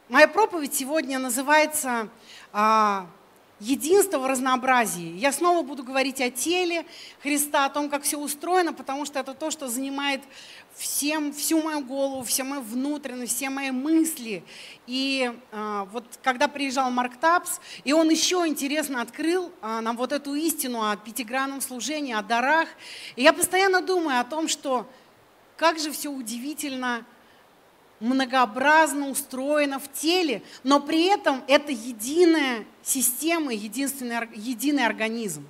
Моя проповедь сегодня называется «Единство в разнообразии». Я снова буду говорить о теле Христа, о том, как все устроено, потому что это то, что занимает всю мою голову, все мои внутренности, все мои мысли. И вот когда приезжал Марк Тапс, и он еще интересно открыл нам вот эту истину о пятигранном служении, о дарах. И я постоянно думаю о том, что как же все удивительно, многообразно устроено в теле, но при этом это единая система, единый организм.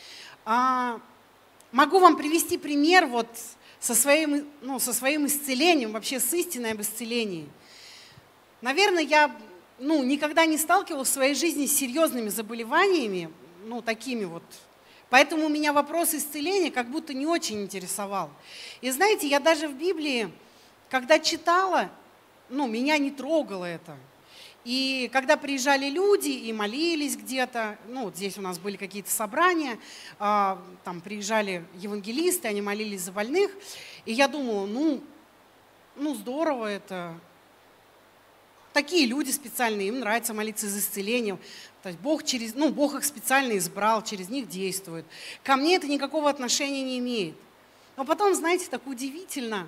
Могу вам привести пример вот со своим исцелением, вообще с истиной об исцелении. Наверное, я никогда не сталкивалась в своей жизни с серьезными заболеваниями, такими вот. Поэтому меня вопрос исцеления как будто не очень интересовал. И знаете, я даже в Библии, когда читала, меня не трогало это. И когда приезжали люди и молились где-то, здесь у нас были какие-то собрания, там приезжали евангелисты, они молились за больных, и я думала, здорово это. Такие люди специальные, им нравится молиться за исцеление. То есть Бог их специально избрал, через них действует. Ко мне это никакого отношения не имеет. Но потом, знаете, так удивительно,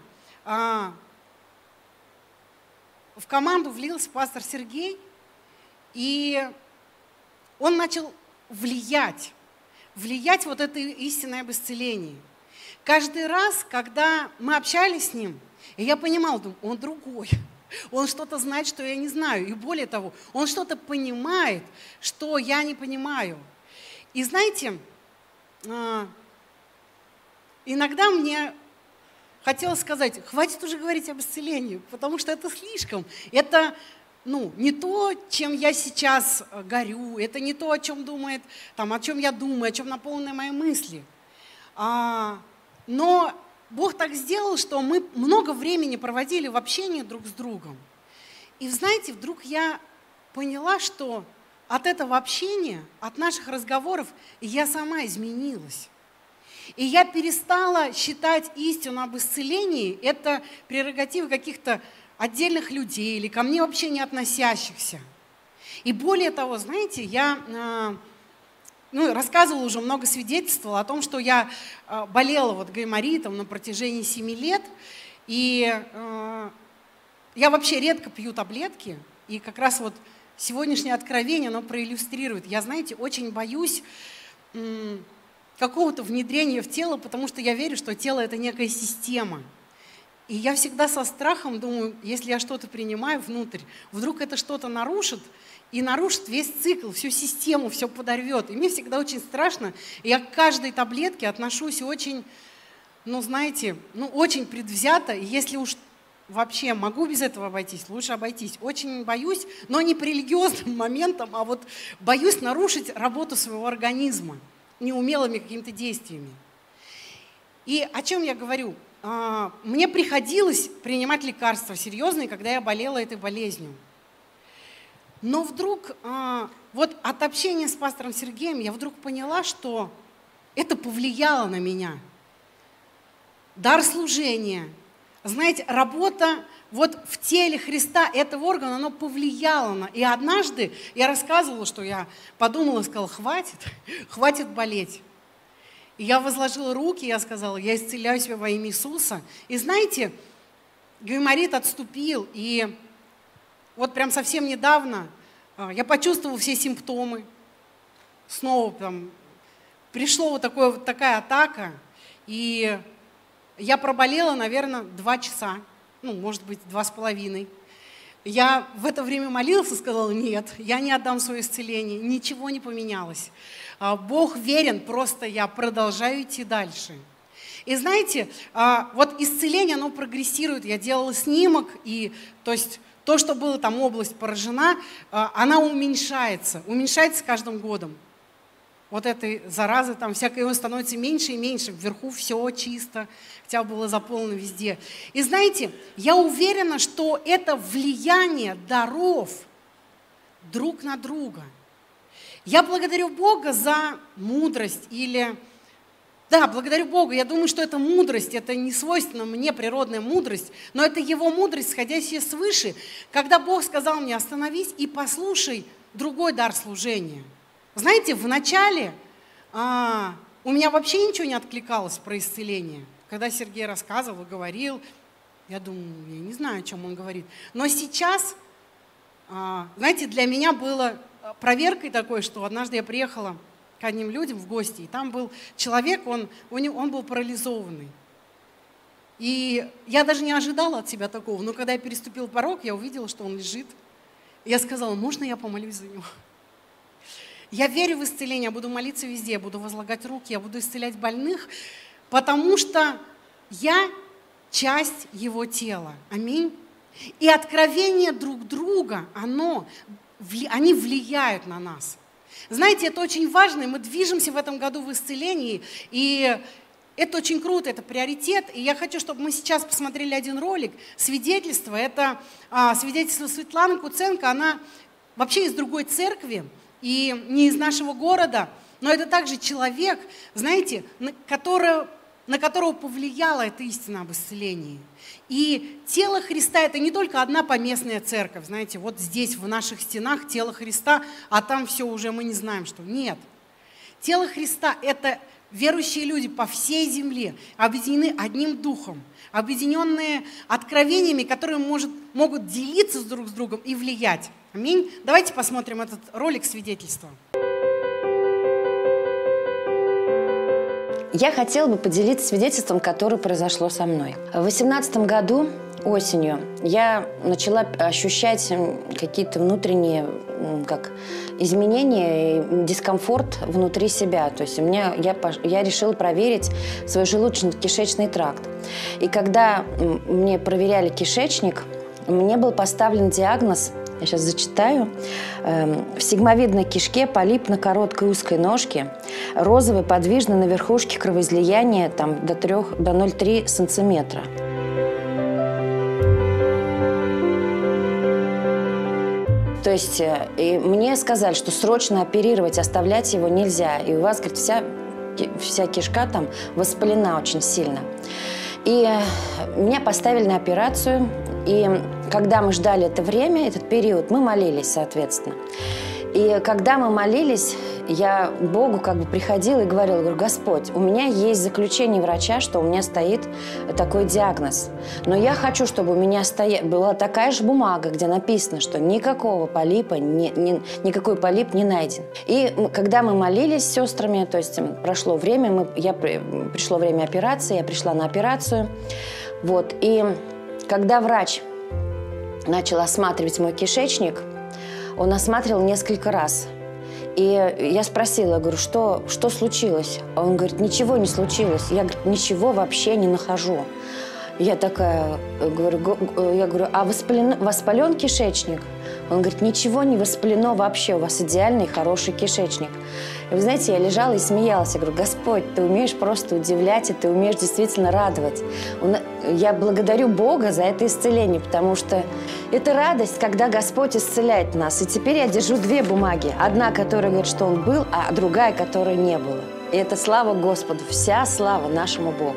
в команду влился пастор Сергей, и он начал влиять вот этой истиной об исцелении. Каждый раз, когда мы общались с ним, и я понимала, думаю, он другой, он что-то знает, что я не знаю, и более того, он что-то понимает, что я не понимаю. И знаете, иногда мне хотела сказать, хватит уже говорить об исцелении, потому что это слишком. Это не то, чем я сейчас горю, это не то, о чем я думаю, о чем наполнены мои мысли. Но Бог так сделал, что мы много времени проводили в общении друг с другом. И знаете, вдруг я поняла, что от этого общения, от наших разговоров я сама изменилась. И я перестала считать истину об исцелении – это прерогатива каких-то отдельных людей или ко мне вообще не относящихся. И более того, знаете, я рассказывала уже, много свидетельствовала о том, что я болела гайморитом на протяжении 7 лет. И я вообще редко пью таблетки. И как раз вот сегодняшнее откровение, оно проиллюстрирует. Я, знаете, очень боюсь какого-то внедрения в тело, потому что я верю, что тело – это некая система. И я всегда со страхом думаю, если я что-то принимаю внутрь, вдруг это что-то нарушит, и нарушит весь цикл, всю систему, все подорвет. И мне всегда очень страшно. И я к каждой таблетке отношусь очень, очень предвзято. И если уж вообще могу без этого обойтись, лучше обойтись. Очень боюсь, но не по религиозным моментам, а вот боюсь нарушить работу своего организма неумелыми какими-то действиями. И о чем я говорю? Мне приходилось принимать лекарства серьезные, когда я болела этой болезнью. Но вдруг, вот от общения с пастором Сергеем, я вдруг поняла, что это повлияло на меня. Дар служения. Знаете, работа вот в теле Христа, этого органа, оно повлияло на... И однажды я рассказывала, что я подумала, сказала, хватит болеть. И я возложила руки, я сказала, я исцеляю себя во имя Иисуса. И знаете, гайморит отступил, и вот прям совсем недавно я почувствовала все симптомы. Снова пришла такая атака, и я проболела, наверное, 2 часа. Может быть, 2,5. Я в это время молилась и сказала, нет, я не отдам свое исцеление, ничего не поменялось. Бог верен, просто я продолжаю идти дальше. И знаете, вот исцеление, оно прогрессирует. Я делала снимок, и то есть то, что было там область поражена, она уменьшается с каждым годом. Вот этой заразы там всякой становится меньше и меньше. Вверху все чисто, хотя было заполнено везде. И знаете, я уверена, что это влияние даров друг на друга. Я благодарю Бога за мудрость или Да, благодарю Богу. Я думаю, что это мудрость, это не свойственно мне, природная мудрость, но это Его мудрость, сходящая свыше, когда Бог сказал мне: остановись и послушай другой дар служения. Знаете, вначале у меня вообще ничего не откликалось про исцеление. Когда Сергей рассказывал, говорил, я думаю, я не знаю, о чем он говорит. Но сейчас, знаете, для меня было проверкой такой, что однажды я приехала к одним людям в гости, и там был человек, он был парализованный. И я даже не ожидала от себя такого, но когда я переступила порог, я увидела, что он лежит. И я сказала: можно я помолюсь за него? Я верю в исцеление, я буду молиться везде, я буду возлагать руки, я буду исцелять больных, потому что я часть Его тела. Аминь. И откровения друг друга, они влияют на нас. Знаете, это очень важно, и мы движемся в этом году в исцелении, и это очень круто, это приоритет. И я хочу, чтобы мы сейчас посмотрели один ролик, свидетельство. Это свидетельство Светланы Куценко, она вообще из другой церкви и не из нашего города, но это также человек, знаете, на которого повлияла эта истина об исцелении. И тело Христа – это не только одна поместная церковь, знаете, вот здесь, в наших стенах, тело Христа, а там все уже мы не знаем, что. Нет. Тело Христа – это верующие люди по всей земле, объединены одним духом, объединенные откровениями, которые могут делиться друг с другом и влиять. Аминь. Давайте посмотрим этот ролик свидетельства. Я хотела бы поделиться свидетельством, которое произошло со мной. В 2018 году осенью я начала ощущать какие-то внутренние изменения и дискомфорт внутри себя. То есть я решила проверить свой желудочно-кишечный тракт. И когда мне проверяли кишечник, мне был поставлен диагноз, я сейчас зачитаю, в сигмовидной кишке полип на короткой узкой ножке, розовый, подвижный на верхушке кровоизлияния до 0,3 сантиметра. То есть и мне сказали, что срочно оперировать, оставлять его нельзя. И у вас, говорит, вся кишка там воспалена очень сильно. И меня поставили на операцию. И когда мы ждали это время, этот период, мы молились, соответственно. И когда мы молились, я Богу приходила и говорила: Господь, у меня есть заключение врача, что у меня стоит такой диагноз. Но я хочу, чтобы у меня была такая же бумага, где написано, что никакого полипа, никакой полип не найден. И когда мы молились с сестрами, то есть прошло время, пришло время операции, я пришла на операцию. Вот, и когда врач начал осматривать мой кишечник, он осматривал несколько раз. И я спросила, говорю, что случилось? А он говорит: ничего не случилось. Я, говорит, ничего вообще не нахожу. Я такая, говорю, а воспален кишечник? Он говорит: ничего не воспалено вообще, у вас идеальный, хороший кишечник. И вы знаете, я лежала и смеялась. Я говорю: Господь, ты умеешь просто удивлять, и ты умеешь действительно радовать. Я благодарю Бога за это исцеление, потому что это радость, когда Господь исцеляет нас. И теперь я держу две бумаги. Одна, которая говорит, что Он был, а другая, которой не было. И это слава Господу, вся слава нашему Богу.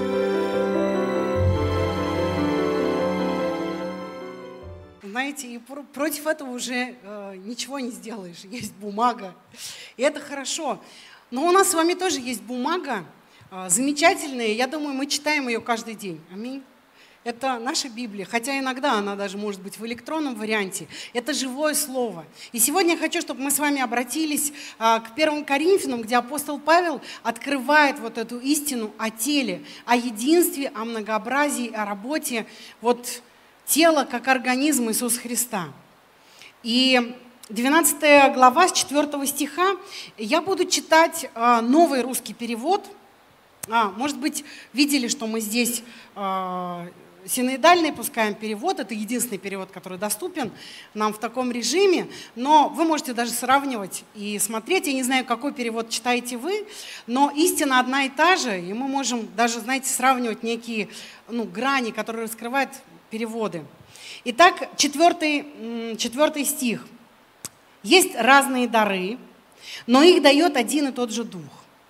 Знаете, и против этого уже ничего не сделаешь. Есть бумага, и это хорошо. Но у нас с вами тоже есть бумага, замечательная. Я думаю, мы читаем ее каждый день. Аминь. Это наша Библия, хотя иногда она даже может быть в электронном варианте. Это живое слово. И сегодня я хочу, чтобы мы с вами обратились к 1 Коринфянам, где апостол Павел открывает вот эту истину о теле, о единстве, о многообразии, о работе тела как организм Иисуса Христа. И 12 глава с 4 стиха я буду читать новый русский перевод. Может быть, видели, что мы здесь синоидальный пускаем перевод. Это единственный перевод, который доступен нам в таком режиме. Но вы можете даже сравнивать и смотреть. Я не знаю, какой перевод читаете вы, но истина одна и та же. И мы можем даже, знаете, сравнивать некие грани, которые раскрывают переводы. Итак, 4 стих. «Есть разные дары, но их дает один и тот же Дух.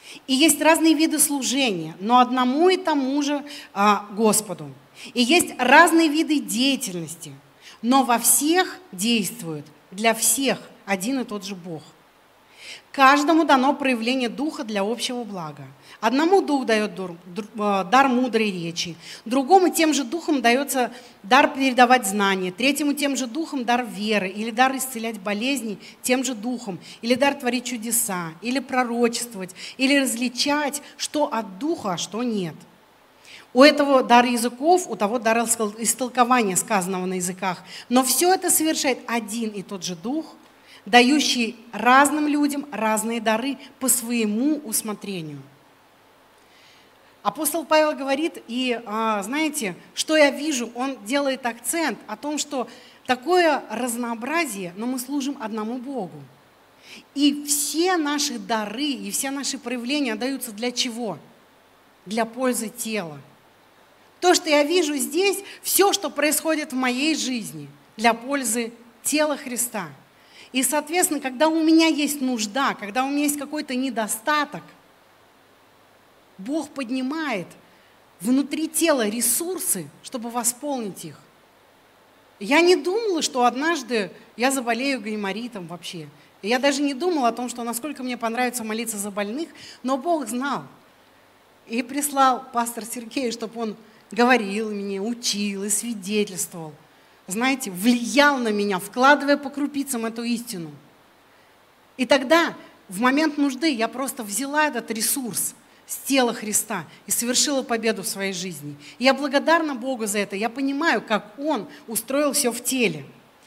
И есть разные виды служения, но одному и тому же Господу. И есть разные виды деятельности, но во всех действует для всех один и тот же Бог. Каждому дано проявление Духа для общего блага. Одному Дух дает дар мудрой речи, другому тем же Духом дается дар передавать знания, третьему тем же Духом дар веры, или дар исцелять болезни тем же Духом, или дар творить чудеса, или пророчествовать, или различать, что от Духа, а что нет. У этого дар языков, у того дар истолкования сказанного на языках. Но все это совершает один и тот же Дух, дающий разным людям разные дары по своему усмотрению. Апостол Павел говорит, и знаете, что я вижу, он делает акцент о том, что такое разнообразие, но мы служим одному Богу. И все наши дары, и все наши проявления даются для чего? Для пользы тела. То, что я вижу здесь, все, что происходит в моей жизни, для пользы тела Христа. И, соответственно, когда у меня есть нужда, когда у меня есть какой-то недостаток, Бог поднимает внутри тела ресурсы, чтобы восполнить их. Я не думала, что однажды я заболею гайморитом вообще. Я даже не думала о том, что насколько мне понравится молиться за больных, но Бог знал. И прислал пастор Сергея, чтобы он говорил мне, учил и свидетельствовал. Знаете, влиял на меня, вкладывая по крупицам эту истину. И тогда, в момент нужды, я просто взяла этот ресурс с тела Христа и совершила победу в своей жизни. И я благодарна Богу за это. Я понимаю, как Он устроил все в теле.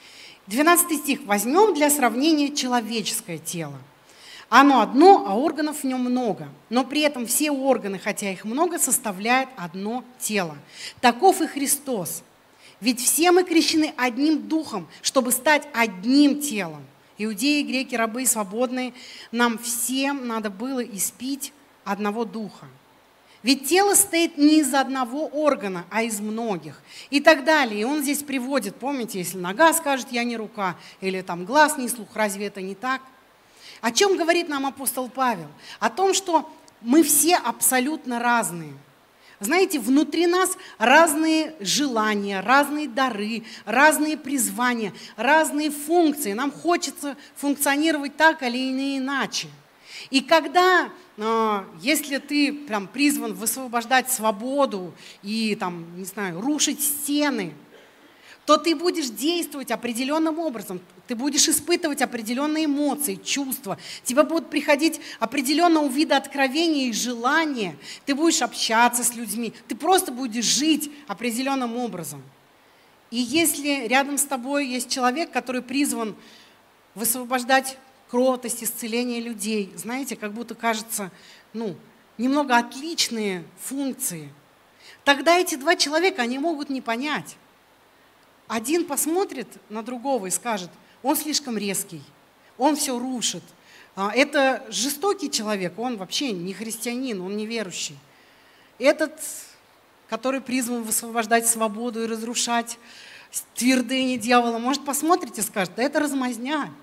12 стих. «Возьмем для сравнения человеческое тело. Оно одно, а органов в нем много. Но при этом все органы, хотя их много, составляют одно тело. Таков и Христос. Ведь все мы крещены одним духом, чтобы стать одним телом. Иудеи, греки, рабы, свободные, нам всем надо было испить одного духа. Ведь тело состоит не из одного органа, а из многих». И так далее. И он здесь приводит, помните, если нога скажет «я не рука», или там глаз не слух, разве это не так? О чем говорит нам апостол Павел? О том, что мы все абсолютно разные. Знаете, внутри нас разные желания, разные дары, разные призвания, разные функции. Нам хочется функционировать так или иначе. И когда, если ты прям призван высвобождать свободу и там, не знаю, рушить стены, то ты будешь действовать определенным образом, ты будешь испытывать определенные эмоции, чувства, тебе будут приходить определенного вида откровения и желания, ты будешь общаться с людьми, ты просто будешь жить определенным образом. И если рядом с тобой есть человек, который призван высвобождать кротость, исцеление людей, знаете, как будто кажется, немного отличные функции, тогда эти два человека, они могут не понять. Один посмотрит на другого и скажет: он слишком резкий, он все рушит. Это жестокий человек, он вообще не христианин, он неверующий. Этот, который призван высвобождать свободу и разрушать твердыни дьявола, может, посмотрит и скажет: да это размазня.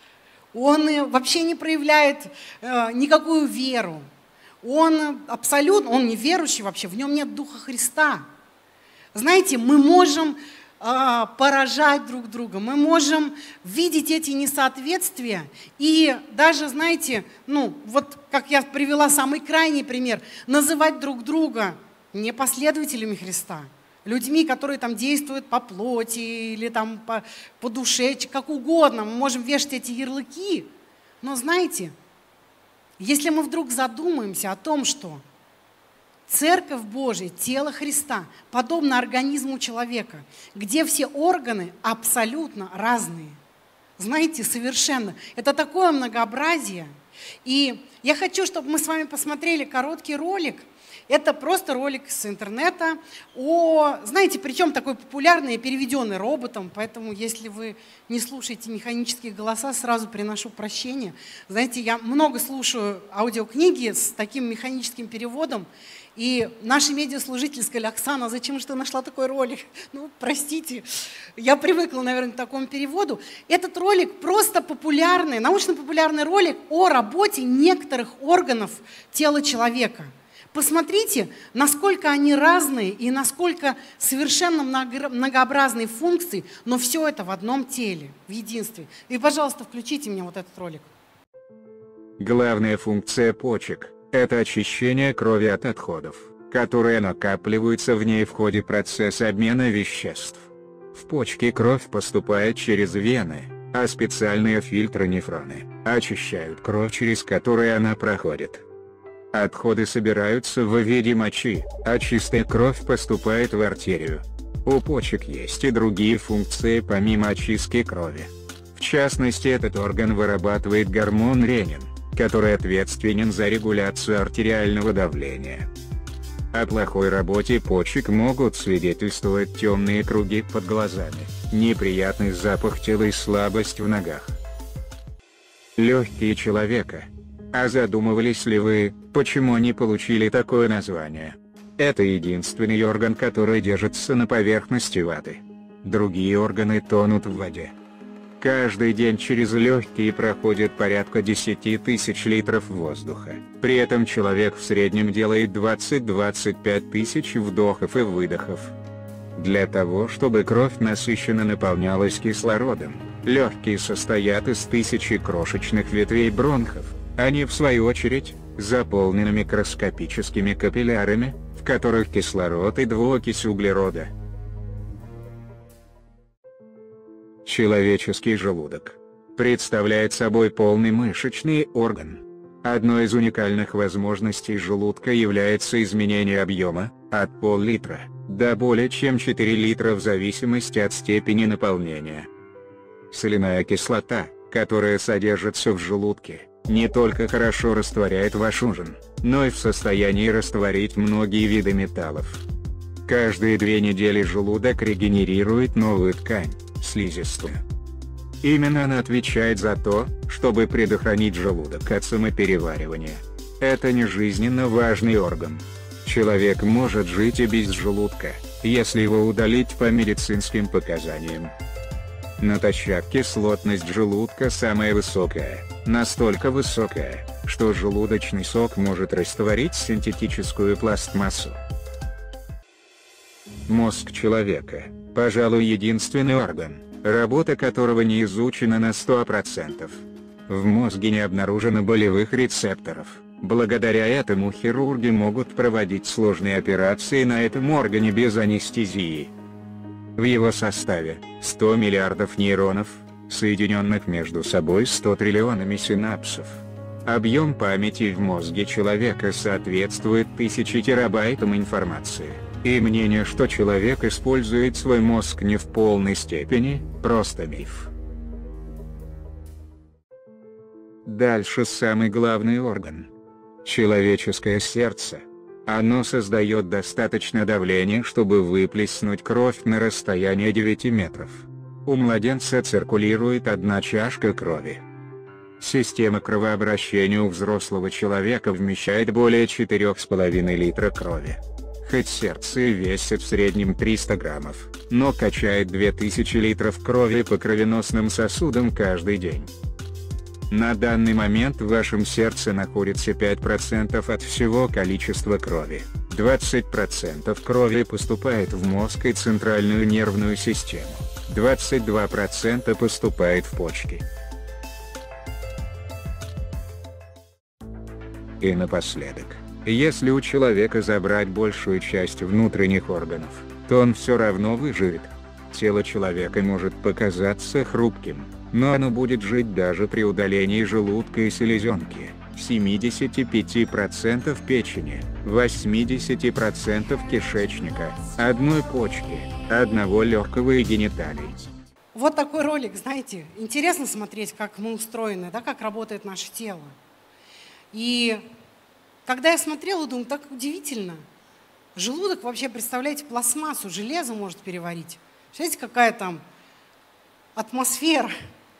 Он вообще не проявляет никакую веру. Он абсолютно, он неверующий вообще, в нем нет Духа Христа. Знаете, мы можем поражать друг друга, мы можем видеть эти несоответствия и даже, знаете, вот как я привела самый крайний пример, называть друг друга не последователями Христа, людьми, которые там действуют по плоти или там по душе, как угодно, мы можем вешать эти ярлыки, но знаете, если мы вдруг задумаемся о том, что Церковь Божия, тело Христа, подобно организму человека, где все органы абсолютно разные. Знаете, совершенно. Это такое многообразие. И я хочу, чтобы мы с вами посмотрели короткий ролик. Это просто ролик с интернета о, знаете, причем такой популярный и переведенный роботом, поэтому если вы не слушаете механические голоса, сразу приношу прощение. Знаете, я много слушаю аудиокниги с таким механическим переводом, и наши медиаслужители сказали: Оксана, зачем же ты нашла такой ролик? Ну, простите, я привыкла, наверное, к такому переводу. Этот ролик просто популярный, научно-популярный ролик о работе некоторых органов тела человека. Посмотрите, насколько они разные и насколько совершенно многообразные функции, но все это в одном теле, в единстве. И, пожалуйста, включите мне вот этот ролик. Главная функция почек – это очищение крови от отходов, которые накапливаются в ней в ходе процесса обмена веществ. В почки кровь поступает через вены, а специальные фильтры-нефроны очищают кровь, через которую она проходит. Отходы собираются в виде мочи, а чистая кровь поступает в артерию. У почек есть и другие функции помимо очистки крови. В частности, этот орган вырабатывает гормон ренин, который ответственен за регуляцию артериального давления. О плохой работе почек могут свидетельствовать темные круги под глазами, неприятный запах тела и слабость в ногах. Легкие человека. А задумывались ли вы, почему они получили такое название? Это единственный орган, который держится на поверхности воды. Другие органы тонут в воде. Каждый день через легкие проходит порядка 10 тысяч литров воздуха. При этом человек в среднем делает 20-25 тысяч вдохов и выдохов. Для того, чтобы кровь насыщенно наполнялась кислородом, легкие состоят из тысячи крошечных ветвей бронхов. Они, в свою очередь, заполнены микроскопическими капиллярами, в которых кислород и двуокись углерода. Человеческий желудок представляет собой полный мышечный орган. Одной из уникальных возможностей желудка является изменение объема от пол-литра до более чем 4 литра в зависимости от степени наполнения. Соляная кислота, которая содержится в желудке, не только хорошо растворяет ваш ужин, но и в состоянии растворить многие виды металлов. Каждые 2 недели желудок регенерирует новую ткань, слизистую. Именно она отвечает за то, чтобы предохранить желудок от самопереваривания. Это не жизненно важный орган. Человек может жить и без желудка, если его удалить по медицинским показаниям. Натощак кислотность желудка самая высокая, настолько высокая, что желудочный сок может растворить синтетическую пластмассу. Мозг человека, пожалуй, единственный орган, работа которого не изучена на 100%. В мозге не обнаружено болевых рецепторов. Благодаря этому хирурги могут проводить сложные операции на этом органе без анестезии. В его составе 100 миллиардов нейронов, соединенных между собой 100 триллионами синапсов. Объем памяти в мозге человека соответствует 1000 терабайтам информации, и мнение, что человек использует свой мозг не в полной степени, просто миф. Дальше самый главный орган. Человеческое сердце. Оно создает достаточно давления, чтобы выплеснуть кровь на расстояние 9 метров. У младенца циркулирует 1 чашка крови. Система кровообращения у взрослого человека вмещает более 4,5 литра крови. Хоть сердце весит в среднем 300 граммов, но качает 2000 литров крови по кровеносным сосудам каждый день. На данный момент в вашем сердце находится 5% от всего количества крови. 20% крови поступает в мозг и центральную нервную систему. 22% поступает в почки. И напоследок, если у человека забрать большую часть внутренних органов, то он все равно выживет. Тело человека может показаться хрупким, но оно будет жить даже при удалении желудка и селезенки, 75% печени, 80% кишечника, 1 почки, 1 легкого и гениталий. Вот такой ролик, знаете, интересно смотреть, как мы устроены, да, как работает наше тело. И когда я смотрела, думаю, так удивительно. Желудок вообще, представляете, пластмассу, железо может переварить. Представляете, какая там атмосфера.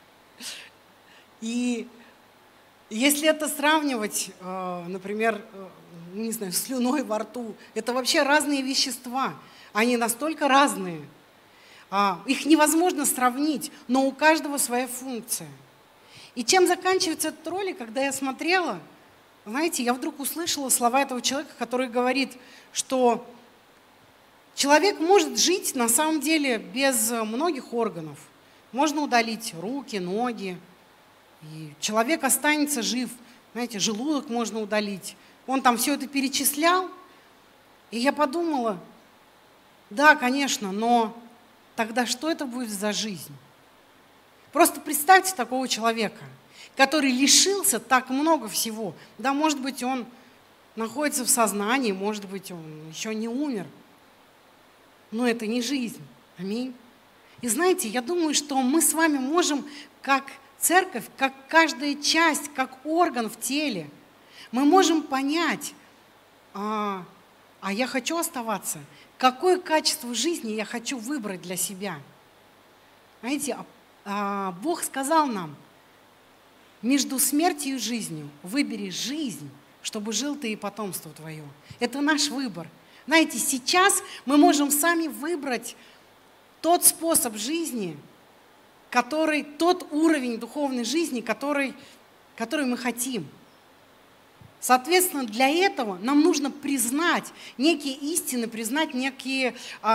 И если это сравнивать, например, не знаю, с слюной во рту, это вообще разные вещества. Они настолько разные. Их невозможно сравнить, но у каждого своя функция. И чем заканчивается этот ролик, когда я смотрела, знаете, я вдруг услышала слова этого человека, который говорит, что человек может жить на самом деле без многих органов. Можно удалить руки, ноги, и человек останется жив. Знаете, желудок можно удалить. Он там все это перечислял, и я подумала, да, конечно, но тогда что это будет за жизнь? Просто представьте такого человека, который лишился так много всего. Да, может быть, он находится в сознании, может быть, он еще не умер. Но это не жизнь. Аминь. И знаете, я думаю, что мы с вами можем, как церковь, как каждая часть, как орган в теле, мы можем понять, а я хочу оставаться, какое качество жизни я хочу выбрать для себя. Знаете, Бог сказал нам, между смертью и жизнью выбери жизнь, чтобы жил ты и потомство твое. Это наш выбор. Знаете, сейчас мы можем сами выбрать тот способ жизни, тот уровень духовной жизни, который мы хотим. Соответственно, для этого нам нужно признать некие истины, признать некие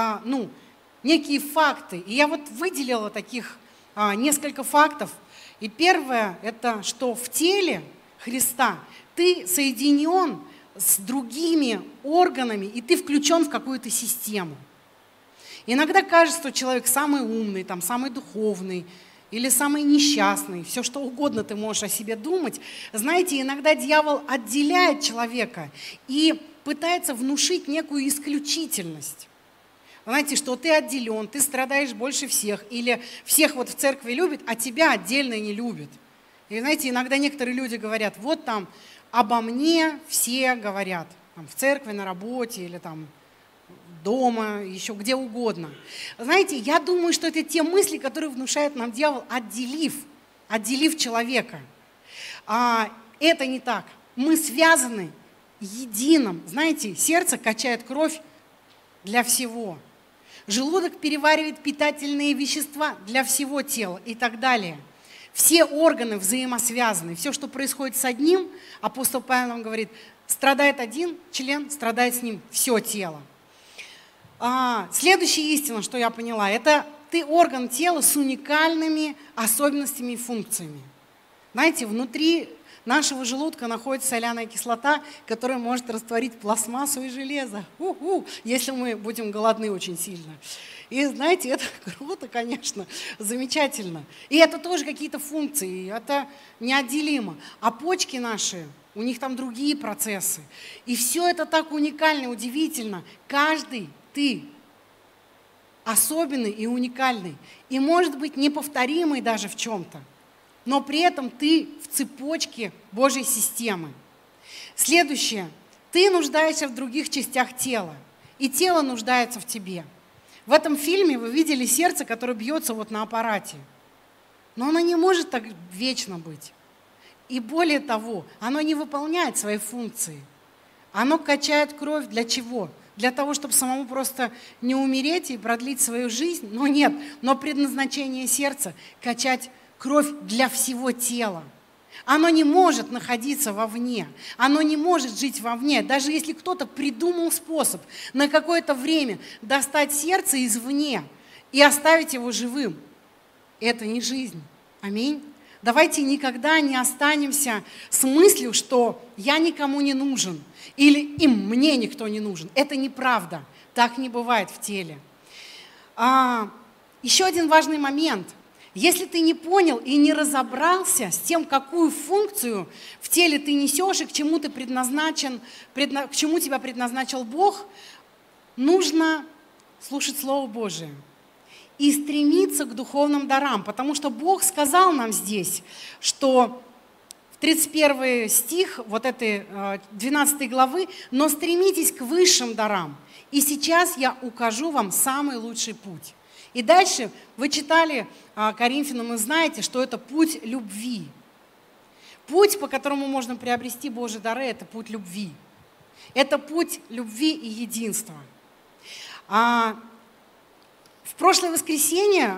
факты. И я вот выделила таких несколько фактов. И первое, это что в теле Христа ты соединен с другими органами, и ты включен в какую-то систему. Иногда кажется, что человек самый умный, там, самый духовный или самый несчастный, все что угодно ты можешь о себе думать. Знаете, иногда дьявол отделяет человека и пытается внушить некую исключительность. Знаете, что ты отделен, ты страдаешь больше всех, или всех вот в церкви любят, а тебя отдельно не любят. И знаете, иногда некоторые люди говорят, вот там обо мне все говорят, там, в церкви, на работе или там дома, еще где угодно. Знаете, я думаю, что это те мысли, которые внушает нам дьявол, отделив человека. Это не так. Мы связаны единым. Знаете, сердце качает кровь для всего. Желудок переваривает питательные вещества для всего тела и так далее. Все органы взаимосвязаны. Все, что происходит с одним, апостол Павел нам говорит, страдает один член, страдает с ним все тело. Следующая истина, что я поняла, это ты орган тела с уникальными особенностями и функциями. Знаете, внутри нашего желудка находится соляная кислота, которая может растворить пластмассу и железо, если мы будем голодны очень сильно. И знаете, это круто, конечно, замечательно. И это тоже какие-то функции, это неотделимо. А почки наши, у них там другие процессы. И все это так уникально, удивительно. Каждый ты особенный и уникальный. И может быть неповторимый даже в чем-то. Но при этом ты в цепочке Божьей системы. Следующее. Ты нуждаешься в других частях тела. И тело нуждается в тебе. В этом фильме вы видели сердце, которое бьется вот на аппарате. Но оно не может так вечно быть. И более того, оно не выполняет свои функции. Оно качает кровь для чего? Для того, чтобы самому просто не умереть и продлить свою жизнь? Но нет. Но предназначение сердца – качать кровь для всего тела. Оно не может находиться вовне, оно не может жить вовне. Даже если кто-то придумал способ на какое-то время достать сердце извне и оставить его живым, это не жизнь. Аминь. Давайте никогда не останемся с мыслью, что я никому не нужен или мне никто не нужен. Это неправда. Так не бывает в теле. Еще один важный момент. Если ты не понял и не разобрался с тем, какую функцию в теле ты несешь и к чему ты предназначен, к чему тебя предназначил Бог, нужно слушать Слово Божие и стремиться к духовным дарам, потому что Бог сказал нам здесь, что в 31 стих вот этой 12 главы, «Но стремитесь к высшим дарам, и сейчас я укажу вам самый лучший путь». И дальше вы читали Коринфянам и знаете, что это путь любви. Путь, по которому можно приобрести Божьи дары, это путь любви. Это путь любви и единства. В прошлое воскресенье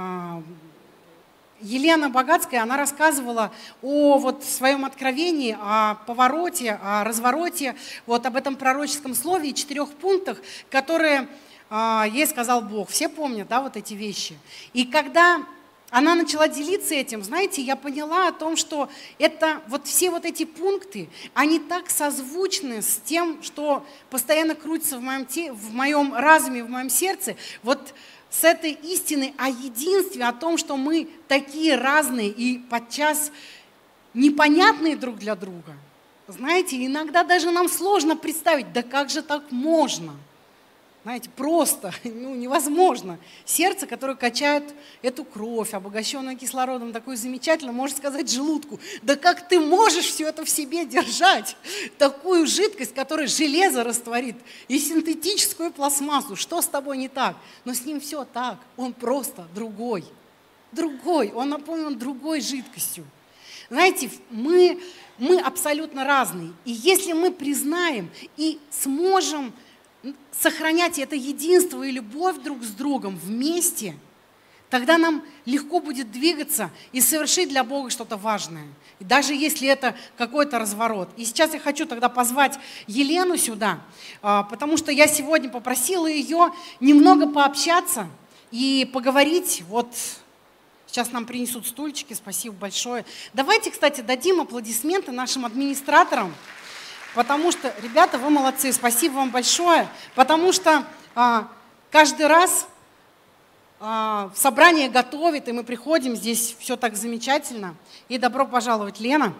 Елена Богатская, она рассказывала о своем откровении, о повороте, о развороте, об этом пророческом слове и 4 пунктах, которые ей сказал Бог. Все помнят, да, вот эти вещи. И когда она начала делиться этим, знаете, я поняла о том, что это все эти пункты, они так созвучны с тем, что постоянно крутится в моем разуме, в моем сердце, с этой истиной о единстве, о том, что мы такие разные и подчас непонятные друг для друга. Знаете, иногда даже нам сложно представить, да как же так можно? Знаете, просто, невозможно. Сердце, которое качает эту кровь, обогащенную кислородом, такую замечательную, можно сказать, желудку. Да как ты можешь все это в себе держать? Такую жидкость, которая железо растворит, и синтетическую пластмассу. Что с тобой не так? Но с ним все так. Он просто другой. Другой. Он наполнен другой жидкостью. Знаете, мы абсолютно разные. И если мы признаем и сможем сохранять это единство и любовь друг с другом вместе, тогда нам легко будет двигаться и совершить для Бога что-то важное. И даже если это какой-то разворот. И сейчас я хочу тогда позвать Елену сюда, потому что я сегодня попросила ее немного пообщаться и поговорить. Сейчас нам принесут стульчики, спасибо большое. Давайте, кстати, дадим аплодисменты нашим администраторам. Потому что, ребята, вы молодцы, спасибо вам большое, потому что каждый раз собрание готовит, и мы приходим, здесь все так замечательно. И добро пожаловать, Лена.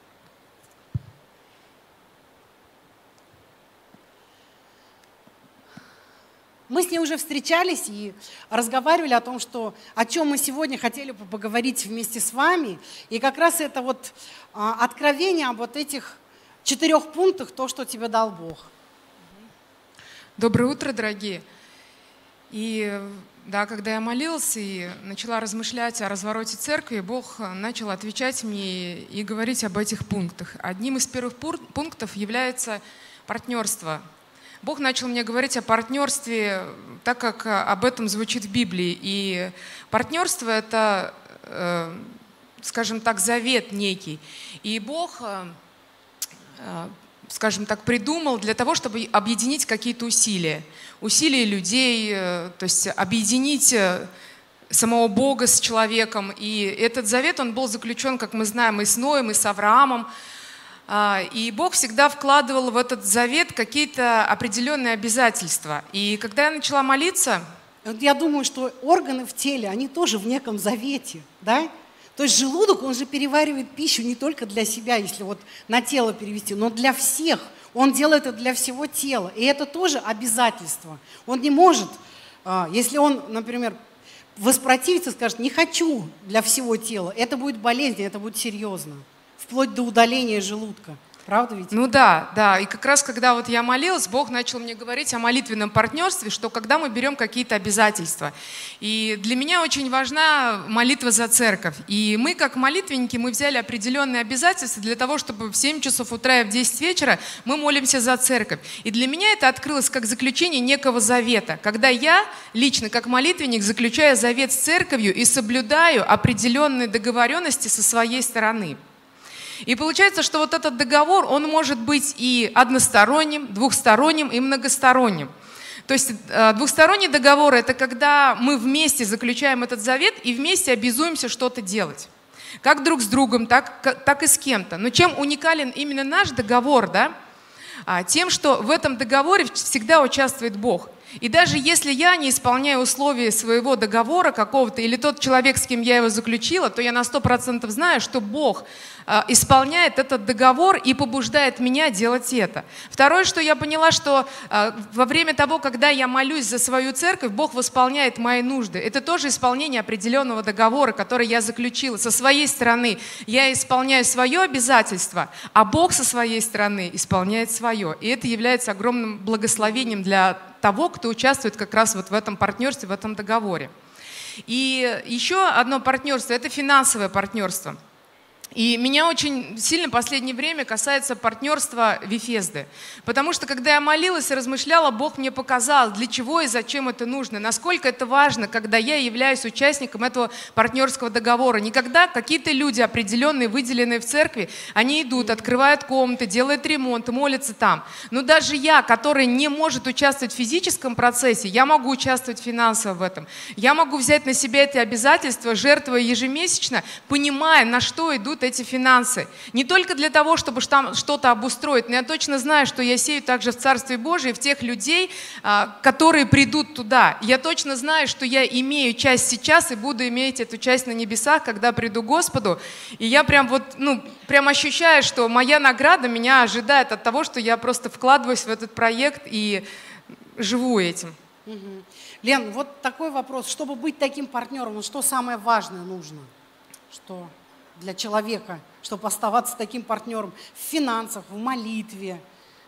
Мы с ней уже встречались и разговаривали о том, о чем мы сегодня хотели бы поговорить вместе с вами. И как раз это откровение об этих 4 пунктах, то, что тебе дал Бог. Доброе утро, дорогие. И да, когда я молилась и начала размышлять о развороте церкви, Бог начал отвечать мне и говорить об этих пунктах. Одним из первых пунктов является партнерство. Бог начал мне говорить о партнерстве, так как об этом звучит в Библии. И партнерство — это, скажем так, завет некий. И Бог, скажем так, придумал для того, чтобы объединить какие-то усилия. Усилия людей, то есть объединить самого Бога с человеком. И этот завет, он был заключен, как мы знаем, и с Ноем, и с Авраамом. И Бог всегда вкладывал в этот завет какие-то определенные обязательства. И когда я начала молиться... Я думаю, что органы в теле, они тоже в неком завете, да? То есть желудок, он же переваривает пищу не только для себя, если на тело перевести, но для всех. Он делает это для всего тела. И это тоже обязательство. Он не может, если он, например, воспротивится, скажет, не хочу для всего тела, это будет болезнь, это будет серьезно. Вплоть до удаления желудка. Правда ведь? Ну да. И как раз когда я молилась, Бог начал мне говорить о молитвенном партнерстве, что когда мы берем какие-то обязательства. И для меня очень важна молитва за церковь. И мы, как молитвенники, мы взяли определенные обязательства для того, чтобы в 7 часов утра и в 10 вечера мы молимся за церковь. И для меня это открылось как заключение некого завета, когда я лично, как молитвенник, заключаю завет с церковью и соблюдаю определенные договоренности со своей стороны. И получается, что этот договор, он может быть и односторонним, двухсторонним и многосторонним. То есть двухсторонний договор – это когда мы вместе заключаем этот завет и вместе обязуемся что-то делать. Как друг с другом, так и с кем-то. Но чем уникален именно наш договор, да? Тем, что в этом договоре всегда участвует Бог. И даже если я не исполняю условия своего договора какого-то, или тот человек, с кем я его заключила, то я на 100% знаю, что Бог исполняет этот договор и побуждает меня делать это. Второе, что я поняла, что во время того, когда я молюсь за свою церковь, Бог восполняет мои нужды. Это тоже исполнение определенного договора, который я заключила. Со своей стороны я исполняю свое обязательство, а Бог со своей стороны исполняет свое. И это является огромным благословением для того, кто участвует как раз вот в этом партнерстве, в этом договоре. И еще одно партнерство – это финансовое партнерство. И меня очень сильно в последнее время касается партнерства Вифезды. Потому что, когда я молилась и размышляла, Бог мне показал, для чего и зачем это нужно, насколько это важно, когда я являюсь участником этого партнерского договора. Никогда какие-то люди определенные, выделенные в церкви, они идут, открывают комнаты, делают ремонт, молятся там. Но даже я, который не может участвовать в физическом процессе, я могу участвовать финансово в этом. Я могу взять на себя это обязательство, жертвуя ежемесячно, понимая, на что идут эти финансы. Не только для того, чтобы там что-то обустроить, но я точно знаю, что я сею также в Царстве Божьем, в тех людей, которые придут туда. Я точно знаю, что я имею часть сейчас и буду иметь эту часть на небесах, когда приду к Господу. И я прям ощущаю, что моя награда меня ожидает от того, что я просто вкладываюсь в этот проект и живу этим. Лен, вот такой вопрос. Чтобы быть таким партнером, что самое важное нужно? Что для человека, чтобы оставаться таким партнером в финансах, в молитве?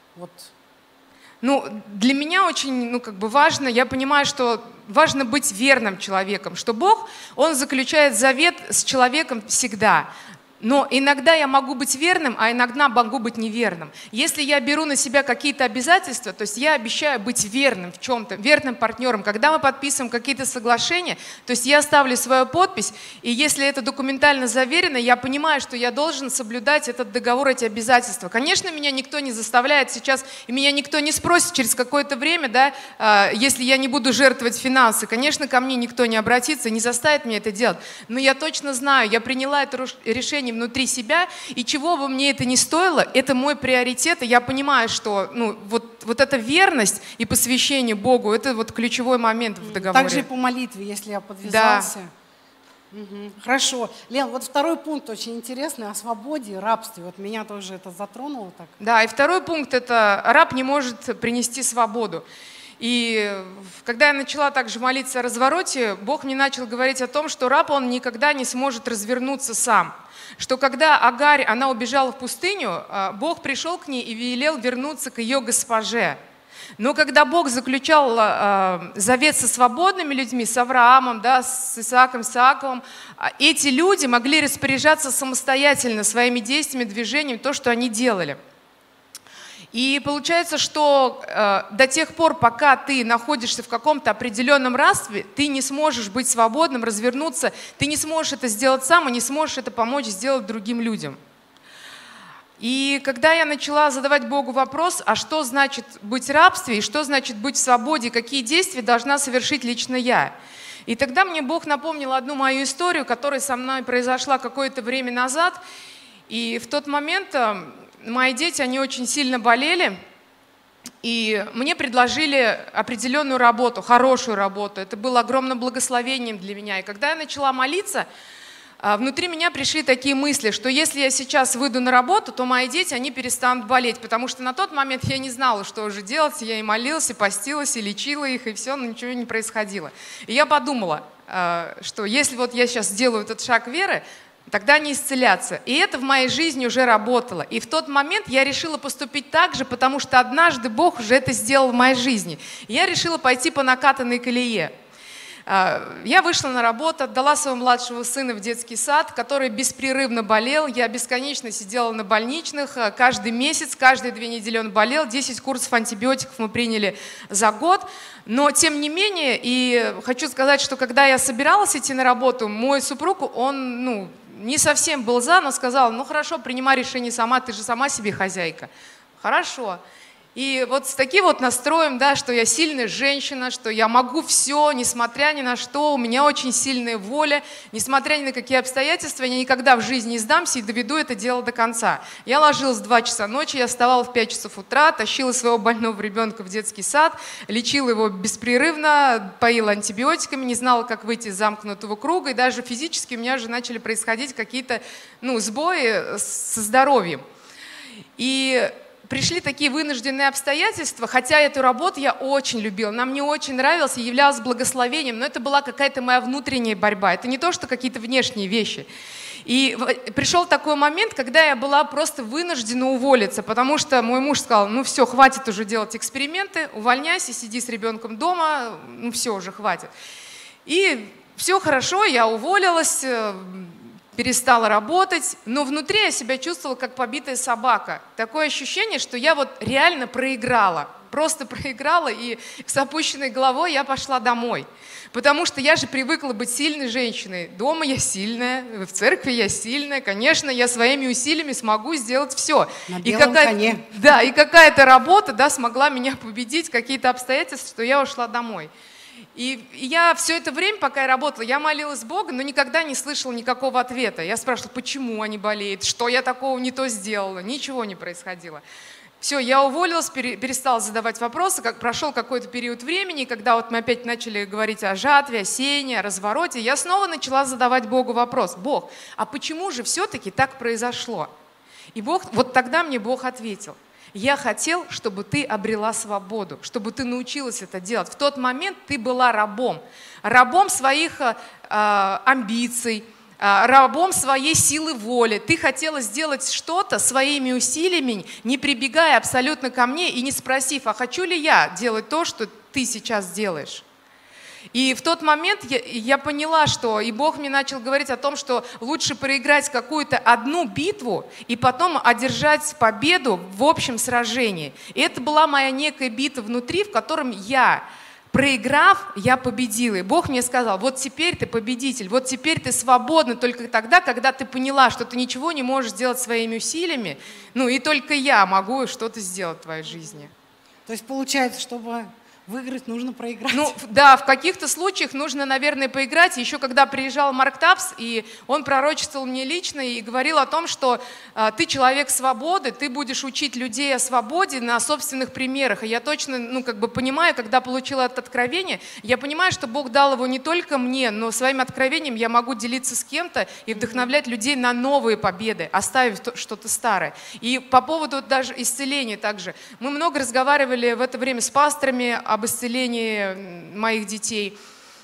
Для меня очень важно, я понимаю, что важно быть верным человеком, что Бог, Он заключает завет с человеком всегда. Но иногда я могу быть верным, а иногда могу быть неверным. Если я беру на себя какие-то обязательства, то есть я обещаю быть верным в чем-то, верным партнером. Когда мы подписываем какие-то соглашения, то есть я ставлю свою подпись, и если это документально заверено, я понимаю, что я должен соблюдать этот договор, эти обязательства. Конечно, меня никто не заставляет сейчас, и меня никто не спросит через какое-то время, да, если я не буду жертвовать финансы. Конечно, ко мне никто не обратится, не заставит меня это делать. Но я точно знаю, я приняла это решение внутри себя, и чего бы мне это ни стоило, это мой приоритет, и я понимаю, что вот эта верность и посвящение Богу, это ключевой момент в договоре. Также и по молитве, если я подвязался. Да. Хорошо. Лен, второй пункт очень интересный, о свободе и рабстве. Меня тоже это затронуло так. Да, и второй пункт – это раб не может принести свободу. И когда я начала также молиться о развороте, Бог мне начал говорить о том, что раб, он никогда не сможет развернуться сам. Что когда Агарь, она убежала в пустыню, Бог пришел к ней и велел вернуться к ее госпоже. Но когда Бог заключал завет со свободными людьми, с Авраамом, да, с Исааком, с Иаковом, эти люди могли распоряжаться самостоятельно своими действиями, движениями, то, что они делали. И получается, что до тех пор, пока ты находишься в каком-то определенном рабстве, ты не сможешь быть свободным, развернуться, ты не сможешь это сделать сам и не сможешь это помочь сделать другим людям. И когда я начала задавать Богу вопрос, а что значит быть в рабстве, и что значит быть в свободе, какие действия должна совершить лично я? И тогда мне Бог напомнил одну мою историю, которая со мной произошла какое-то время назад. И в тот момент мои дети, они очень сильно болели, и мне предложили определенную работу, хорошую работу. Это было огромным благословением для меня. И когда я начала молиться, внутри меня пришли такие мысли, что если я сейчас выйду на работу, то мои дети, они перестанут болеть, потому что на тот момент я не знала, что уже делать. Я и молилась, и постилась, и лечила их, и все, но ничего не происходило. И я подумала, что если я сейчас сделаю этот шаг веры, тогда они исцелятся. И это в моей жизни уже работало. И в тот момент я решила поступить так же, потому что однажды Бог уже это сделал в моей жизни. И я решила пойти по накатанной колее. Я вышла на работу, отдала своего младшего сына в детский сад, который беспрерывно болел. Я бесконечно сидела на больничных. Каждый месяц, каждые 2 недели он болел. 10 курсов антибиотиков мы приняли за год. Но тем не менее, и хочу сказать, что когда я собиралась идти на работу, мой супруг, он не совсем был за, но сказал: хорошо, принимай решение сама, ты же сама себе хозяйка. Хорошо. И вот с таким вот настроем, да, что я сильная женщина, что я могу все, несмотря ни на что, у меня очень сильная воля, несмотря ни на какие обстоятельства, я никогда в жизни не сдамся и доведу это дело до конца. Я ложилась в 2 часа ночи, я вставала в 5 часов утра, тащила своего больного ребенка в детский сад, лечила его беспрерывно, поила антибиотиками, не знала, как выйти из замкнутого круга, и даже физически у меня уже начали происходить какие-то сбои со здоровьем. И пришли такие вынужденные обстоятельства, хотя эту работу я очень любила, она мне очень нравилась и являлась благословением, но это была какая-то моя внутренняя борьба, это не то, что какие-то внешние вещи. И пришел такой момент, когда я была просто вынуждена уволиться, потому что мой муж сказал, ну все, хватит уже делать эксперименты, увольняйся, сиди с ребенком дома, ну все, уже хватит. И все хорошо, я уволилась, перестала работать, но внутри я себя чувствовала как побитая собака. Такое ощущение, что я вот реально проиграла, просто проиграла, и с опущенной головой я пошла домой. Потому что я же привыкла быть сильной женщиной. Дома я сильная, в церкви я сильная, конечно, я своими усилиями смогу сделать все. На белом коне. Да, и какая-то работа, да, смогла меня победить, какие-то обстоятельства, что я ушла домой. И я все это время, пока я работала, я молилась Богу, но никогда не слышала никакого ответа. Я спрашивала, почему они болеют, что я такого не то сделала, ничего не происходило. Все, я уволилась, перестала задавать вопросы, прошел какой-то период времени, когда вот мы опять начали говорить о жатве, о сеянии, о развороте, я снова начала задавать Богу вопрос: Бог, а почему же все-таки так произошло? И Бог, вот тогда мне Бог ответил: я хотел, чтобы ты обрела свободу, чтобы ты научилась это делать. В тот момент ты была рабом своих амбиций, рабом своей силы воли. Ты хотела сделать что-то своими усилиями, не прибегая абсолютно ко мне и не спросив, а хочу ли я делать то, что ты сейчас делаешь. И в тот момент я поняла, что и Бог мне начал говорить о том, что лучше проиграть какую-то одну битву и потом одержать победу в общем сражении. И это была моя некая битва внутри, в котором я, проиграв, я победила. И Бог мне сказал: вот теперь ты победитель, вот теперь ты свободна только тогда, когда ты поняла, что ты ничего не можешь сделать своими усилиями, и только я могу что-то сделать в твоей жизни. То есть получается, чтобы выиграть, нужно проиграть. Да, в каких-то случаях нужно, наверное, поиграть. Еще когда приезжал Марк Тапс, и он пророчествовал мне лично и говорил о том, что ты человек свободы, ты будешь учить людей о свободе на собственных примерах. И я точно, понимаю, когда получила это откровение, я понимаю, что Бог дал его не только мне, но своим откровением я могу делиться с кем-то и вдохновлять людей на новые победы, оставив что-то старое. И по поводу даже исцеления также. Мы много разговаривали в это время с пасторами об исцелении моих детей.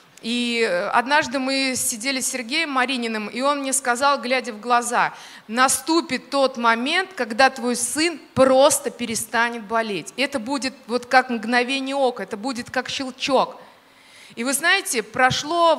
И однажды мы сидели с Сергеем Марининым, и он мне сказал, глядя в глаза: наступит тот момент, когда твой сын просто перестанет болеть. Это будет вот как мгновение ока, это будет как щелчок. И вы знаете, прошло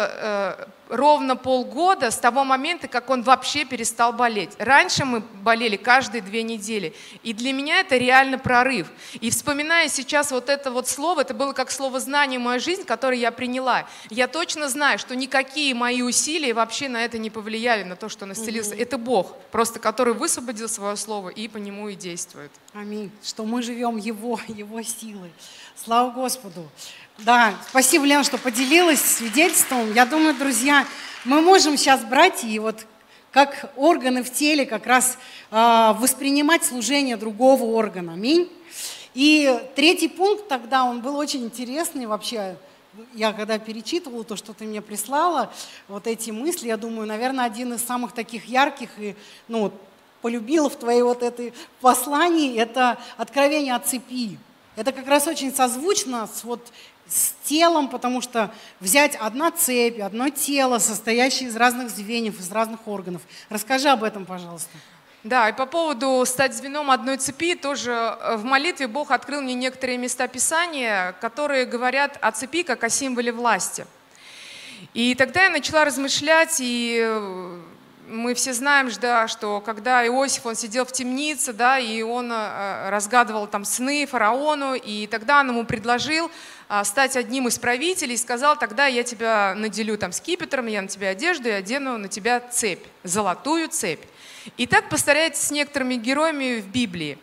ровно полгода с того момента, как он вообще перестал болеть. Раньше мы болели каждые 2 недели. И для меня это реально прорыв. И вспоминая сейчас вот это вот слово, это было как слово знание в мою жизнь, которое я приняла. Я точно знаю, что никакие мои усилия вообще на это не повлияли, на то, что он исцелился. Это Бог, просто который высвободил свое слово и по нему и действует. Аминь. Что мы живем Его силой. Слава Господу. Да, спасибо, Лена, что поделилась свидетельством. Я думаю, друзья, мы можем сейчас брать и вот как органы в теле как раз воспринимать служение другого органа. Аминь. И 3-й пункт тогда, он был очень интересный вообще. Я когда перечитывала то, что ты мне прислала, вот эти мысли, я думаю, наверное, один из самых таких ярких и, полюбила в твоей вот этой послании, это откровение о цепи. Это как раз очень созвучно с телом, потому что взять одна цепь, одно тело, состоящее из разных звеньев, из разных органов. Расскажи об этом, пожалуйста. Да, и по поводу стать звеном одной цепи, тоже в молитве Бог открыл мне некоторые места Писания, которые говорят о цепи как о символе власти. И тогда я начала размышлять, и мы все знаем, что когда Иосиф, он сидел в темнице, и он разгадывал там сны фараону, и тогда он ему предложил стать одним из правителей, и сказал: тогда я тебя наделю там скипетром, я на тебя одежду и одену на тебя цепь, золотую цепь. И так повторяется с некоторыми героями в Библии.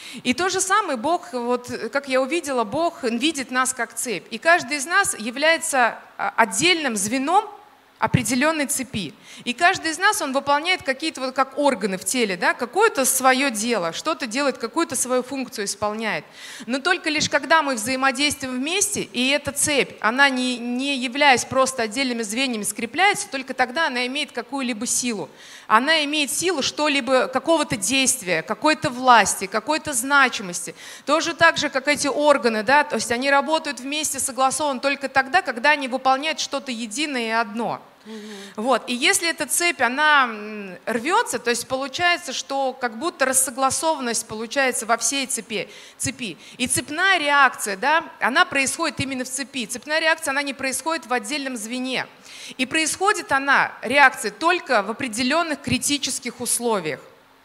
И то же самое Бог, вот как я увидела, Бог видит нас как цепь. И каждый из нас является отдельным звеном определенной цепи. И каждый из нас, он выполняет какие-то вот как органы в теле, да, какое-то свое дело, что-то делает, какую-то свою функцию исполняет. Но только лишь когда мы взаимодействуем вместе, и эта цепь, она не являясь просто отдельными звеньями, скрепляется, только тогда она имеет какую-либо силу. Она имеет силу что-либо, какого-то действия, какой-то власти, какой-то значимости. Тоже так же, как эти органы, да, то есть они работают вместе, согласованно только тогда, когда они выполняют что-то единое и одно. Вот. И если эта цепь, она рвется, то есть получается, что как будто рассогласованность получается во всей цепи. И цепная реакция, да, она происходит именно в цепи. Цепная реакция, она не происходит в отдельном звене. И происходит она, реакция, только в определенных критических условиях.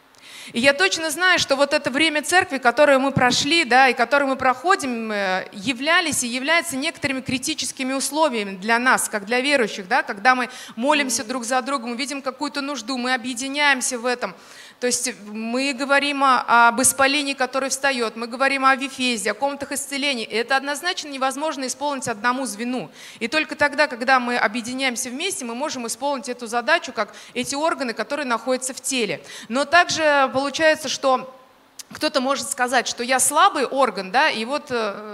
И я точно знаю, что вот это время церкви, которое мы прошли, да, и которое мы проходим, являлись и являются некоторыми критическими условиями для нас, как для верующих, да, когда мы молимся друг за другом, мы видим какую-то нужду, мы объединяемся в этом. То есть мы говорим об исполении, которое встает, мы говорим о Вифезе, о комнатах исцелений. И это однозначно невозможно исполнить одному звену. И только тогда, когда мы объединяемся вместе, мы можем исполнить эту задачу, как эти органы, которые находятся в теле. Но также получается, что кто-то может сказать, что я слабый орган, да, и вот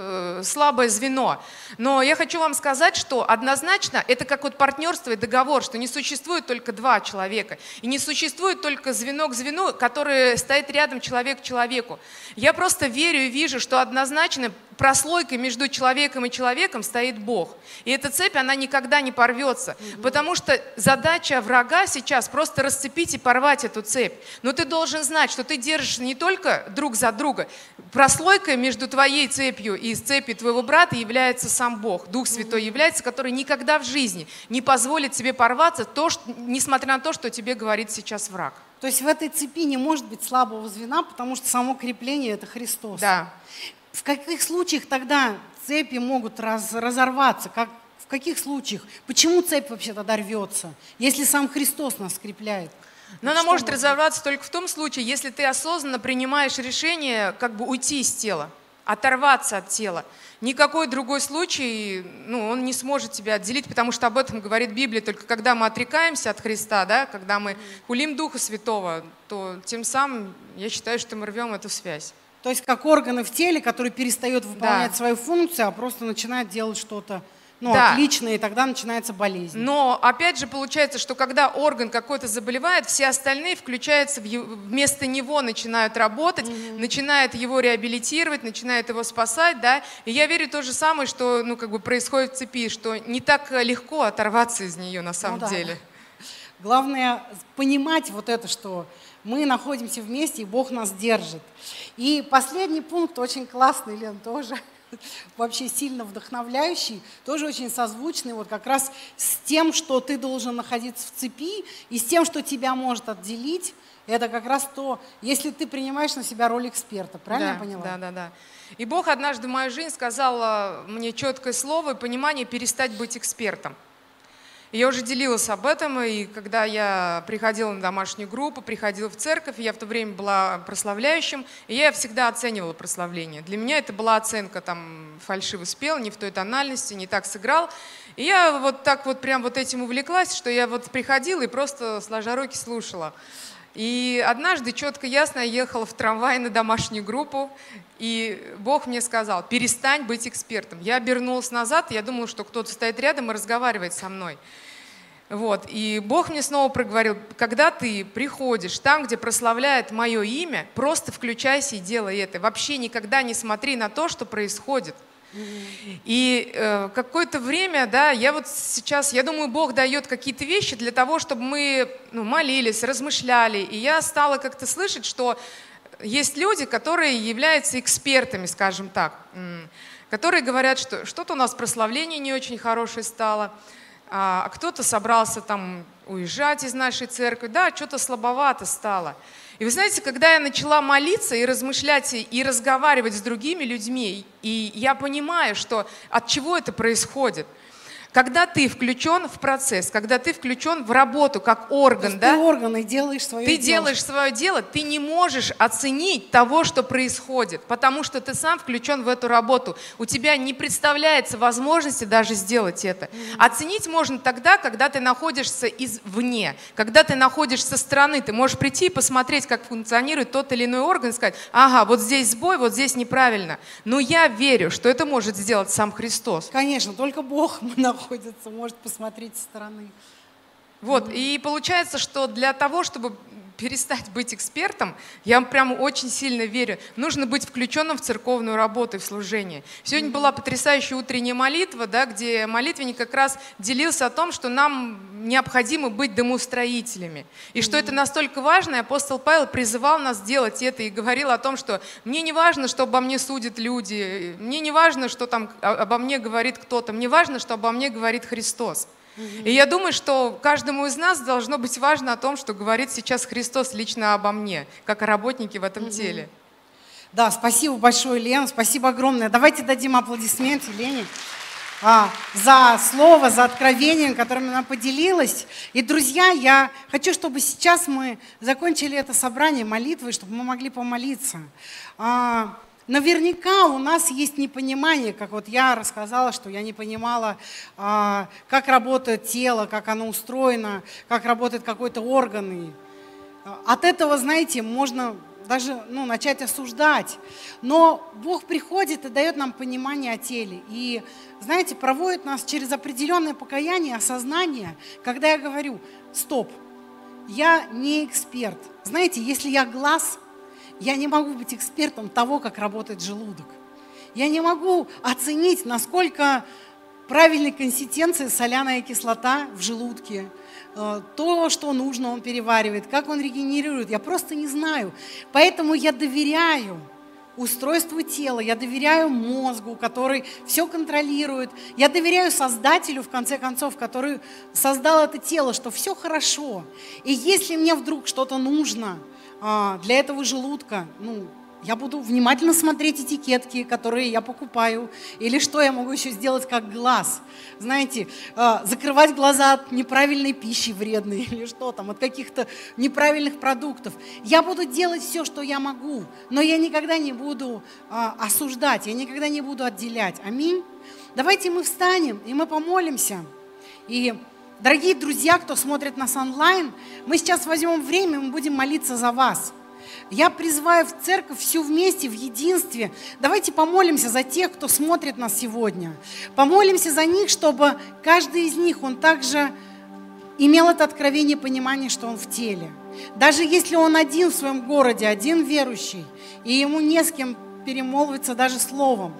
слабое звено. Но я хочу вам сказать, что однозначно это как вот партнерство и договор, что не существует только два человека. И не существует только звено к звену, которое стоит рядом человек к человеку. Я просто верю и вижу, что однозначно прослойкой между человеком и человеком стоит Бог. И эта цепь, она никогда не порвется. Потому что задача врага сейчас просто расцепить и порвать эту цепь. Но ты должен знать, что ты держишь не только друг за друга. Прослойкой между твоей цепью и цепью твоего брата является сам Бог. Дух Святой является, который никогда в жизни не позволит тебе порваться, несмотря на то, что тебе говорит сейчас враг. То есть в этой цепи не может быть слабого звена, потому что само крепление – это Христос. Да. В каких случаях тогда цепи могут разорваться? В каких случаях? Почему цепь вообще тогда рвется, если сам Христос нас скрепляет? Но она может разорваться только в том случае, если ты осознанно принимаешь решение как бы уйти из тела, оторваться от тела. Никакой другой случай, он не сможет тебя отделить, потому что об этом говорит Библия. Только когда мы отрекаемся от Христа, да, когда мы хулим Духа Святого, то тем самым я считаю, что мы рвем эту связь. То есть как органы в теле, которые перестают выполнять свою функцию, а просто начинают делать что-то отличное, и тогда начинается болезнь. Но опять же получается, что когда орган какой-то заболевает, все остальные включаются, вместо него начинают работать, начинают его реабилитировать, начинают его спасать. Да? И я верю то же самое, что происходит в цепи, что не так легко оторваться из нее на самом деле. Главное понимать вот это, что мы находимся вместе, и Бог нас держит. И последний пункт очень классный, Лен, тоже вообще сильно вдохновляющий, тоже очень созвучный, вот как раз с тем, что ты должен находиться в цепи, и с тем, что тебя может отделить. Это как раз то, если ты принимаешь на себя роль эксперта. Правильно я поняла? Да. И Бог однажды в мою жизнь сказал мне четкое слово и понимание перестать быть экспертом. Я уже делилась об этом, и когда я приходила на домашнюю группу, приходила в церковь, я в то время была прославляющим, и я всегда оценивала прославление. Для меня это была оценка, фальшиво спел, не в той тональности, не так сыграл. И я вот так вот прям вот этим увлеклась, что я вот приходила и просто сложа руки слушала. И однажды четко, ясно я ехала в трамвае на домашнюю группу, и Бог мне сказал: перестань быть экспертом. Я обернулась назад, я думала, что кто-то стоит рядом и разговаривает со мной. Вот. И Бог мне снова проговорил: когда ты приходишь там, где прославляет мое имя, просто включайся и делай это. Вообще никогда не смотри на то, что происходит. И какое-то время, я вот сейчас, я думаю, Бог дает какие-то вещи для того, чтобы мы молились, размышляли. И я стала как-то слышать, что есть люди, которые являются экспертами, скажем так, которые говорят, что что-то у нас прославление не очень хорошее стало, а кто-то собрался уезжать из нашей церкви, что-то слабовато стало. И вы знаете, когда я начала молиться и размышлять, и разговаривать с другими людьми, и я понимаю, что от чего это происходит. Когда ты включен в процесс, когда ты включен в работу как орган, да? Ты орган и делаешь свое дело. Ты делаешь свое дело, ты не можешь оценить того, что происходит, потому что ты сам включен в эту работу. У тебя не представляется возможности даже сделать это. Оценить можно тогда, когда ты находишься извне, когда ты находишься со стороны. Ты можешь прийти и посмотреть, как функционирует тот или иной орган, и сказать: ага, вот здесь сбой, вот здесь неправильно. Но я верю, что это может сделать сам Христос. Конечно, только Бог находится, может посмотреть со стороны. Вот, и получается, что для того, чтобы перестать быть экспертом, я прям очень сильно верю, нужно быть включенным в церковную работу и в служение. Сегодня была потрясающая утренняя молитва, да, где молитвенник как раз делился о том, что нам необходимо быть домостроителями. И что это настолько важно, и апостол Павел призывал нас делать это и говорил о том, что мне не важно, что обо мне судят люди, мне не важно, что там обо мне говорит кто-то, мне важно, что обо мне говорит Христос. И я думаю, что каждому из нас должно быть важно о том, что говорит сейчас Христос лично обо мне, как о работнике в этом теле. Да, спасибо большое, Лена, спасибо огромное. Давайте дадим аплодисменты Лене за слово, за откровение, которым она поделилась. И, друзья, я хочу, чтобы сейчас мы закончили это собрание молитвой, чтобы мы могли помолиться. Наверняка у нас есть непонимание, как вот я рассказала, что я не понимала, как работает тело, как оно устроено, как работает какой-то орган. От этого, знаете, можно даже начать осуждать. Но Бог приходит и дает нам понимание о теле. И, знаете, проводит нас через определенное покаяние, осознание, когда я говорю: стоп, я не эксперт. Знаете, если я глаз, я не могу быть экспертом того, как работает желудок. Я не могу оценить, насколько правильной консистенции соляная кислота в желудке, то, что нужно, он переваривает, как он регенерирует. Я просто не знаю. Поэтому я доверяю устройству тела, я доверяю мозгу, который все контролирует. Я доверяю Создателю, в конце концов, который создал это тело, что все хорошо. И если мне вдруг что-то нужно для этого желудка, я буду внимательно смотреть этикетки, которые я покупаю, или что я могу еще сделать как глаз. Знаете, закрывать глаза от неправильной пищи вредной, или что там, от каких-то неправильных продуктов. Я буду делать все, что я могу, но я никогда не буду осуждать, я никогда не буду отделять. Аминь. Давайте мы встанем, и мы помолимся. И, дорогие друзья, кто смотрит нас онлайн, мы сейчас возьмем время, мы будем молиться за вас. Я призываю в церковь всю вместе, в единстве. Давайте помолимся за тех, кто смотрит нас сегодня. Помолимся за них, чтобы каждый из них, он также имел это откровение, понимание, что он в теле. Даже если он один в своем городе, один верующий, и ему не с кем перемолвиться даже словом,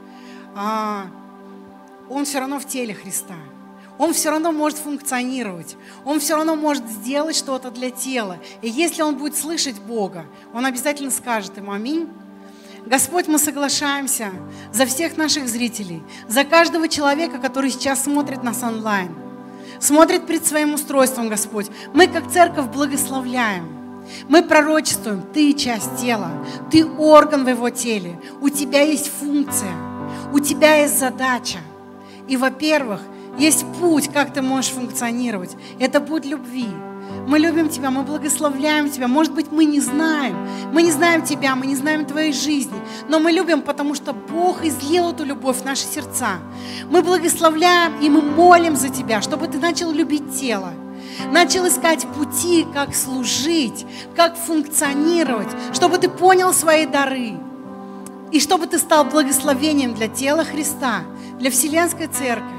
он все равно в теле Христа. Он все равно может функционировать. Он все равно может сделать что-то для тела. И если он будет слышать Бога, он обязательно скажет ему аминь. Господь, мы соглашаемся за всех наших зрителей, за каждого человека, который сейчас смотрит нас онлайн, смотрит перед своим устройством, Господь. Мы как церковь благословляем. Мы пророчествуем, ты часть тела, ты орган в его теле. У тебя есть функция, у тебя есть задача. И, во-первых, есть путь, как ты можешь функционировать. Это путь любви. Мы любим тебя, мы благословляем тебя. Может быть, мы не знаем тебя, мы не знаем твоей жизни, но мы любим, потому что Бог излил эту любовь в наши сердца. Мы благословляем и мы молим за тебя, чтобы ты начал любить тело, начал искать пути, как служить, как функционировать, чтобы ты понял свои дары и чтобы ты стал благословением для тела Христа, для Вселенской Церкви.